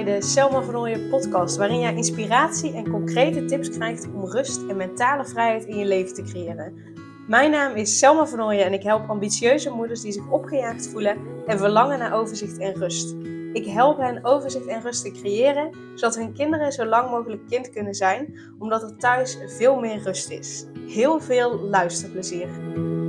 de Selma van Ooyen podcast, waarin jij inspiratie en concrete tips krijgt om rust en mentale vrijheid in je leven te creëren. Mijn naam is Selma van Ooyen en ik help ambitieuze moeders die zich opgejaagd voelen en verlangen naar overzicht en rust. Ik help hen overzicht en rust te creëren, zodat hun kinderen zo lang mogelijk kind kunnen zijn, omdat er thuis veel meer rust is. Heel veel luisterplezier!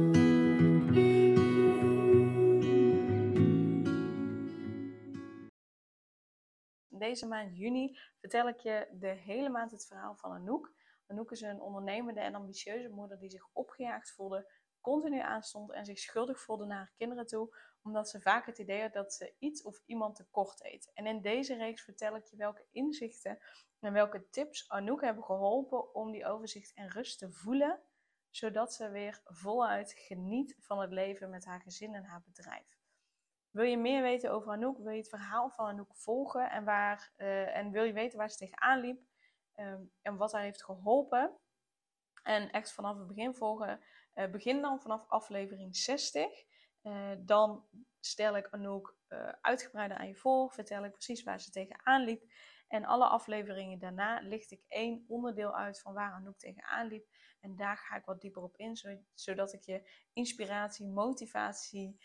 Deze maand juni vertel ik je de hele maand het verhaal van Anouk. Anouk is een ondernemende en ambitieuze moeder die zich opgejaagd voelde, continu aanstond en zich schuldig voelde naar haar kinderen toe, omdat ze vaak het idee had dat ze iets of iemand tekort deed. En in deze reeks vertel ik je welke inzichten en welke tips Anouk hebben geholpen om die overzicht en rust te voelen, zodat ze weer voluit geniet van het leven met haar gezin en haar bedrijf. Wil je meer weten over Anouk? Wil je het verhaal van Anouk volgen? En wil je weten waar ze tegenaan liep? En wat haar heeft geholpen? En echt vanaf het begin volgen. Begin dan vanaf aflevering 60. Dan stel ik Anouk uitgebreider aan je voor. Vertel ik precies waar ze tegenaan liep. En alle afleveringen daarna licht ik één onderdeel uit van waar Anouk tegenaan liep. En daar ga ik wat dieper op in. Zodat ik je inspiratie, motivatie,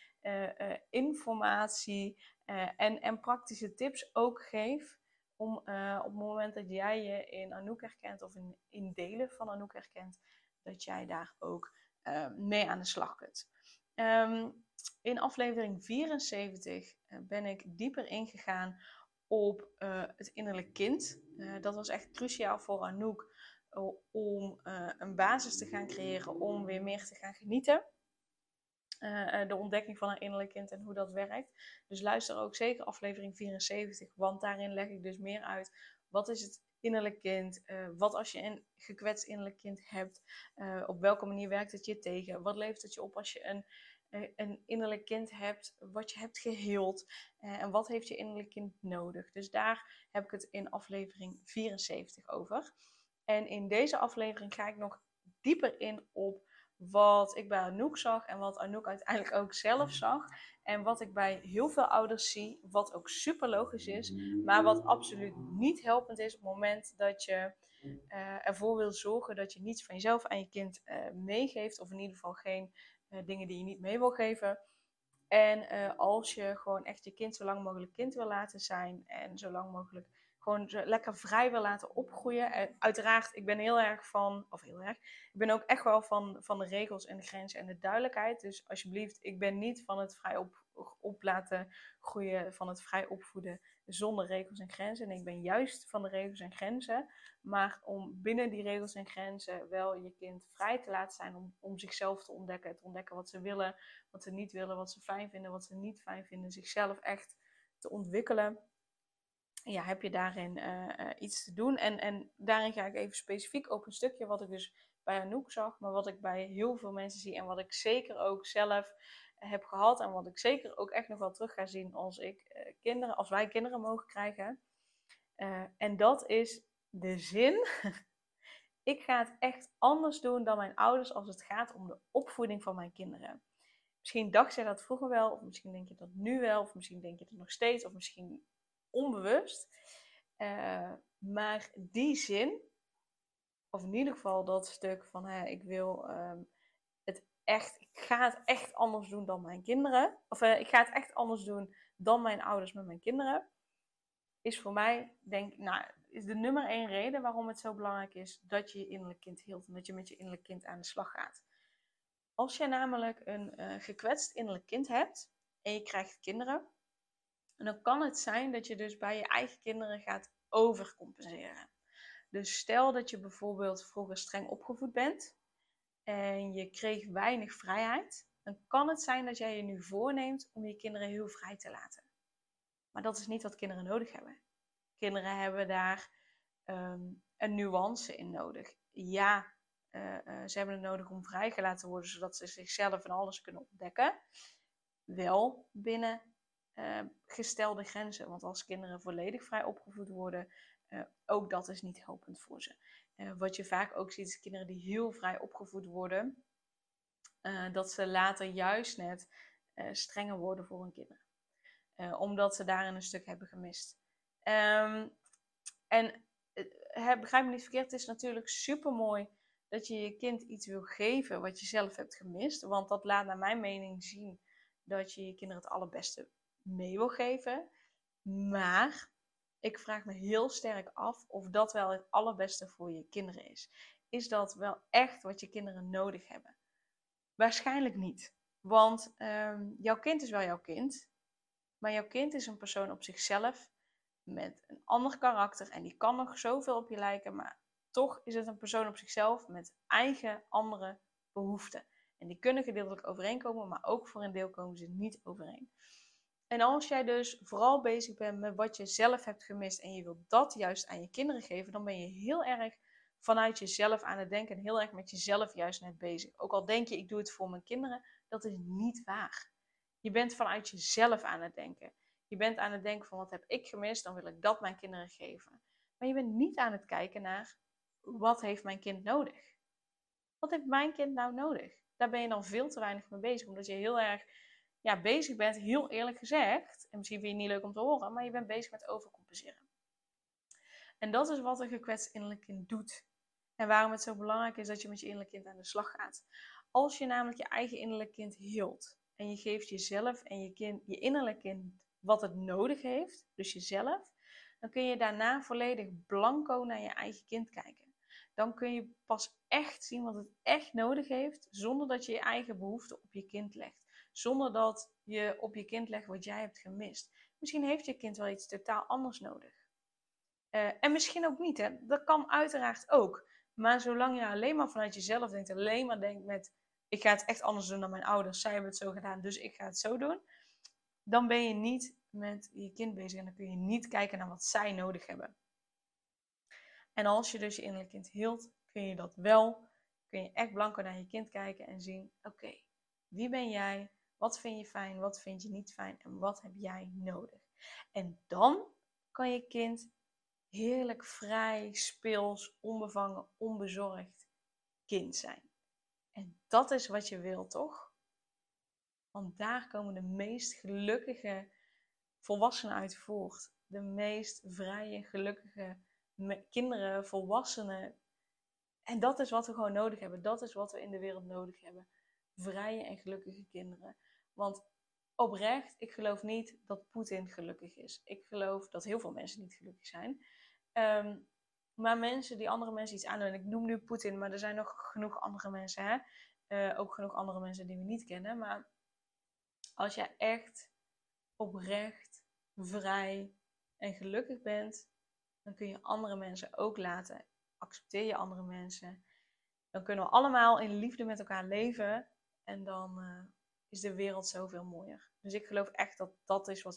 informatie en praktische tips ook geef. Om op het moment dat jij je in Anouk herkent of in delen van Anouk herkent, dat jij daar ook mee aan de slag kunt. In aflevering 74 ben ik dieper ingegaan op het innerlijk kind. Dat was echt cruciaal voor Anouk om een basis te gaan creëren om weer meer te gaan genieten. De ontdekking van haar innerlijk kind en hoe dat werkt. Dus luister ook zeker aflevering 74, want daarin leg ik dus meer uit. Wat is het innerlijk kind? Wat als je een gekwetst innerlijk kind hebt? Op welke manier werkt het je tegen? Wat levert het je op als je een innerlijk kind hebt wat je hebt geheeld? En wat heeft je innerlijk kind nodig? Dus daar heb ik het in aflevering 74 over. En in deze aflevering ga ik nog dieper in op wat ik bij Anouk zag en wat Anouk uiteindelijk ook zelf zag. En wat ik bij heel veel ouders zie, wat ook super logisch is, maar wat absoluut niet helpend is op het moment dat je ervoor wil zorgen dat je niets van jezelf aan je kind meegeeft. Of in ieder geval geen dingen die je niet mee wil geven. En als je gewoon echt je kind zo lang mogelijk kind wil laten zijn en zo lang mogelijk gewoon lekker vrij wil laten opgroeien. En uiteraard, ik ben ik ben ook echt wel van de regels en de grenzen en de duidelijkheid. Dus alsjeblieft, ik ben niet van het vrij op laten groeien, van het vrij opvoeden zonder regels en grenzen. En ik ben juist van de regels en grenzen. Maar om binnen die regels en grenzen wel je kind vrij te laten zijn om zichzelf te ontdekken wat ze willen, wat ze niet willen, wat ze fijn vinden, wat ze niet fijn vinden, zichzelf echt te ontwikkelen. Ja, heb je daarin iets te doen. En daarin ga ik even specifiek op een stukje wat ik dus bij Anouk zag, maar wat ik bij heel veel mensen zie en wat ik zeker ook zelf heb gehad en wat ik zeker ook echt nog wel terug ga zien als wij kinderen mogen krijgen. En dat is de zin, ik ga het echt anders doen dan mijn ouders als het gaat om de opvoeding van mijn kinderen. Misschien dacht jij dat vroeger wel, of misschien denk je dat nu wel, of misschien denk je dat nog steeds, of misschien onbewust. Maar die zin, of in ieder geval dat stuk van ik ga het echt anders doen dan mijn kinderen. Of ik ga het echt anders doen dan mijn ouders met mijn kinderen. Is voor mij, is de nummer 1 reden waarom het zo belangrijk is dat je je innerlijk kind heelt. En dat je met je innerlijk kind aan de slag gaat. Als je namelijk een gekwetst innerlijk kind hebt en je krijgt kinderen, en dan kan het zijn dat je dus bij je eigen kinderen gaat overcompenseren. Dus stel dat je bijvoorbeeld vroeger streng opgevoed bent en je kreeg weinig vrijheid, dan kan het zijn dat jij je nu voorneemt om je kinderen heel vrij te laten. Maar dat is niet wat kinderen nodig hebben. Kinderen hebben daar een nuance in nodig. Ja, ze hebben het nodig om vrijgelaten te worden, zodat ze zichzelf en alles kunnen ontdekken. Wel binnen gestelde grenzen. Want als kinderen volledig vrij opgevoed worden, ook dat is niet helpend voor ze. Wat je vaak ook ziet, is kinderen die heel vrij opgevoed worden, dat ze later juist net strenger worden voor hun kinderen. Omdat ze daarin een stuk hebben gemist. Begrijp me niet verkeerd, het is natuurlijk super mooi dat je je kind iets wil geven wat je zelf hebt gemist. Want dat laat naar mijn mening zien dat je je kinderen het allerbeste mee wil geven. Maar ik vraag me heel sterk af of dat wel het allerbeste voor je kinderen is. Is dat wel echt wat je kinderen nodig hebben? Waarschijnlijk niet. Want jouw kind is wel jouw kind. Maar jouw kind is een persoon op zichzelf met een ander karakter. En die kan nog zoveel op je lijken. Maar toch is het een persoon op zichzelf met eigen andere behoeften. En die kunnen gedeeltelijk overeenkomen, maar ook voor een deel komen ze niet overeen. En als jij dus vooral bezig bent met wat je zelf hebt gemist en je wilt dat juist aan je kinderen geven, dan ben je heel erg vanuit jezelf aan het denken en heel erg met jezelf juist net bezig. Ook al denk je, ik doe het voor mijn kinderen, dat is niet waar. Je bent vanuit jezelf aan het denken. Je bent aan het denken van, wat heb ik gemist, dan wil ik dat mijn kinderen geven. Maar je bent niet aan het kijken naar, wat heeft mijn kind nodig? Wat heeft mijn kind nou nodig? Daar ben je dan veel te weinig mee bezig, omdat je heel erg bezig bent, heel eerlijk gezegd, en misschien vind je het niet leuk om te horen, maar je bent bezig met overcompenseren. En dat is wat een gekwetst innerlijk kind doet. En waarom het zo belangrijk is dat je met je innerlijk kind aan de slag gaat. Als je namelijk je eigen innerlijk kind heelt en je geeft jezelf en je innerlijk kind wat het nodig heeft, dus jezelf, dan kun je daarna volledig blanco naar je eigen kind kijken. Dan kun je pas echt zien wat het echt nodig heeft, zonder dat je je eigen behoeften op je kind legt. Zonder dat je op je kind legt wat jij hebt gemist. Misschien heeft je kind wel iets totaal anders nodig. En misschien ook niet, hè. Dat kan uiteraard ook. Maar zolang je alleen maar vanuit jezelf denkt, alleen maar denkt met, ik ga het echt anders doen dan mijn ouders, zij hebben het zo gedaan, dus ik ga het zo doen. Dan ben je niet met je kind bezig en dan kun je niet kijken naar wat zij nodig hebben. En als je dus je innerlijk kind heelt, kun je dat wel. Kun je echt blanco naar je kind kijken en zien, oké, wie ben jij? Wat vind je fijn? Wat vind je niet fijn? En wat heb jij nodig? En dan kan je kind heerlijk vrij, speels, onbevangen, onbezorgd kind zijn. En dat is wat je wil, toch? Want daar komen de meest gelukkige volwassenen uit voort. De meest vrije, gelukkige kinderen, volwassenen. En dat is wat we gewoon nodig hebben. Dat is wat we in de wereld nodig hebben. Vrije en gelukkige kinderen. Want oprecht, ik geloof niet dat Poetin gelukkig is. Ik geloof dat heel veel mensen niet gelukkig zijn. Maar mensen die andere mensen iets aandoen. En ik noem nu Poetin, maar er zijn nog genoeg andere mensen. Hè? Ook genoeg andere mensen die we niet kennen. Maar als jij echt oprecht, vrij en gelukkig bent, dan kun je andere mensen ook laten. Accepteer je andere mensen. Dan kunnen we allemaal in liefde met elkaar leven. En dan is de wereld zoveel mooier. Dus ik geloof echt dat is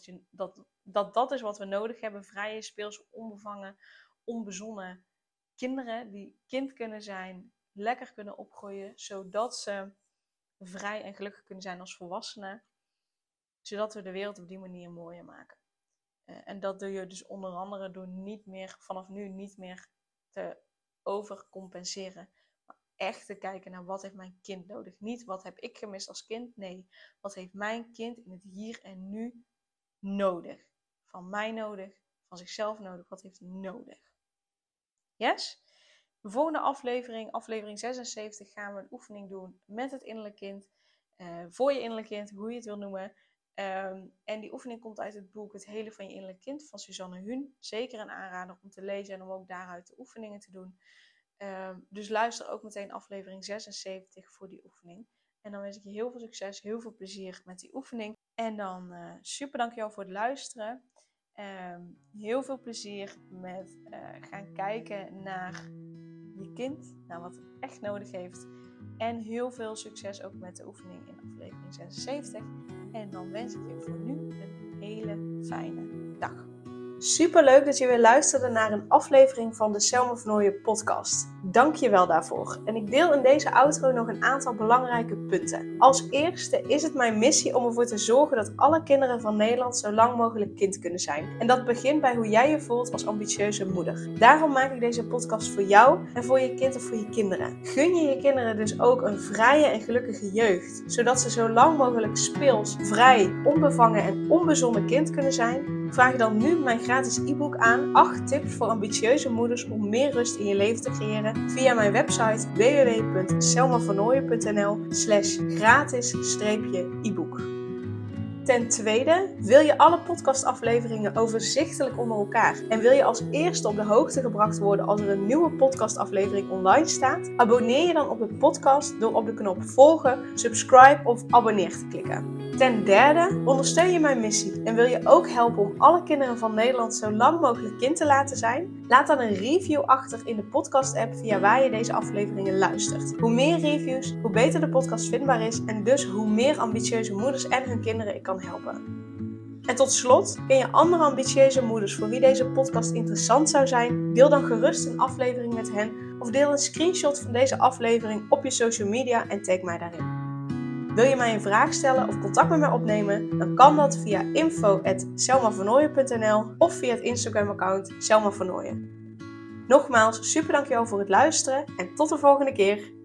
wat we nodig hebben. Vrije, speelse, onbevangen, onbezonnen kinderen die kind kunnen zijn, lekker kunnen opgroeien, zodat ze vrij en gelukkig kunnen zijn als volwassenen. Zodat we de wereld op die manier mooier maken. En dat doe je dus onder andere door vanaf nu niet meer te overcompenseren. Maar echt te kijken naar, wat heeft mijn kind nodig. Niet wat heb ik gemist als kind. Nee, wat heeft mijn kind in het hier en nu nodig. Van mij nodig, van zichzelf nodig. Wat heeft hij nodig? Yes? De volgende aflevering 76, gaan we een oefening doen met het innerlijk kind. Voor je innerlijk kind, hoe je het wil noemen. En die oefening komt uit het boek Het Helen van je innerlijk kind van Suzanne Hun. Zeker een aanrader om te lezen en om ook daaruit de oefeningen te doen. Dus luister ook meteen aflevering 76 voor die oefening. En dan wens ik je heel veel succes, heel veel plezier met die oefening. En dan super dankjewel voor het luisteren. Heel veel plezier met gaan kijken naar je kind, naar wat het echt nodig heeft. En heel veel succes ook met de oefening in aflevering 76. En dan wens ik je voor nu een hele fijne dag. Super leuk dat je weer luisterde naar een aflevering van de Selma van Nooijen podcast. Dank je wel daarvoor. En ik deel in deze outro nog een aantal belangrijke punten. Als eerste is het mijn missie om ervoor te zorgen dat alle kinderen van Nederland zo lang mogelijk kind kunnen zijn. En dat begint bij hoe jij je voelt als ambitieuze moeder. Daarom maak ik deze podcast voor jou en voor je kind of voor je kinderen. Gun je je kinderen dus ook een vrije en gelukkige jeugd. Zodat ze zo lang mogelijk speels, vrij, onbevangen en onbezonnen kind kunnen zijn. Vraag dan nu mijn gratis e-book aan 8 tips voor ambitieuze moeders om meer rust in je leven te creëren via mijn website www.selmavernooijen.nl/gratis-e-book. Ten tweede, wil je alle podcastafleveringen overzichtelijk onder elkaar en wil je als eerste op de hoogte gebracht worden als er een nieuwe podcastaflevering online staat? Abonneer je dan op de podcast door op de knop volgen, subscribe of abonneer te klikken. Ten derde, ondersteun je mijn missie en wil je ook helpen om alle kinderen van Nederland zo lang mogelijk kind te laten zijn? Laat dan een review achter in de podcast-app via waar je deze afleveringen luistert. Hoe meer reviews, hoe beter de podcast vindbaar is en dus hoe meer ambitieuze moeders en hun kinderen ik kan helpen. En tot slot, ken je andere ambitieuze moeders voor wie deze podcast interessant zou zijn? Deel dan gerust een aflevering met hen of deel een screenshot van deze aflevering op je social media en tag mij daarin. Wil je mij een vraag stellen of contact met mij opnemen? Dan kan dat via info@selmavernooijen.nl of via het Instagram-account Selma Vernooijen. Nogmaals, super dankjewel voor het luisteren en tot de volgende keer.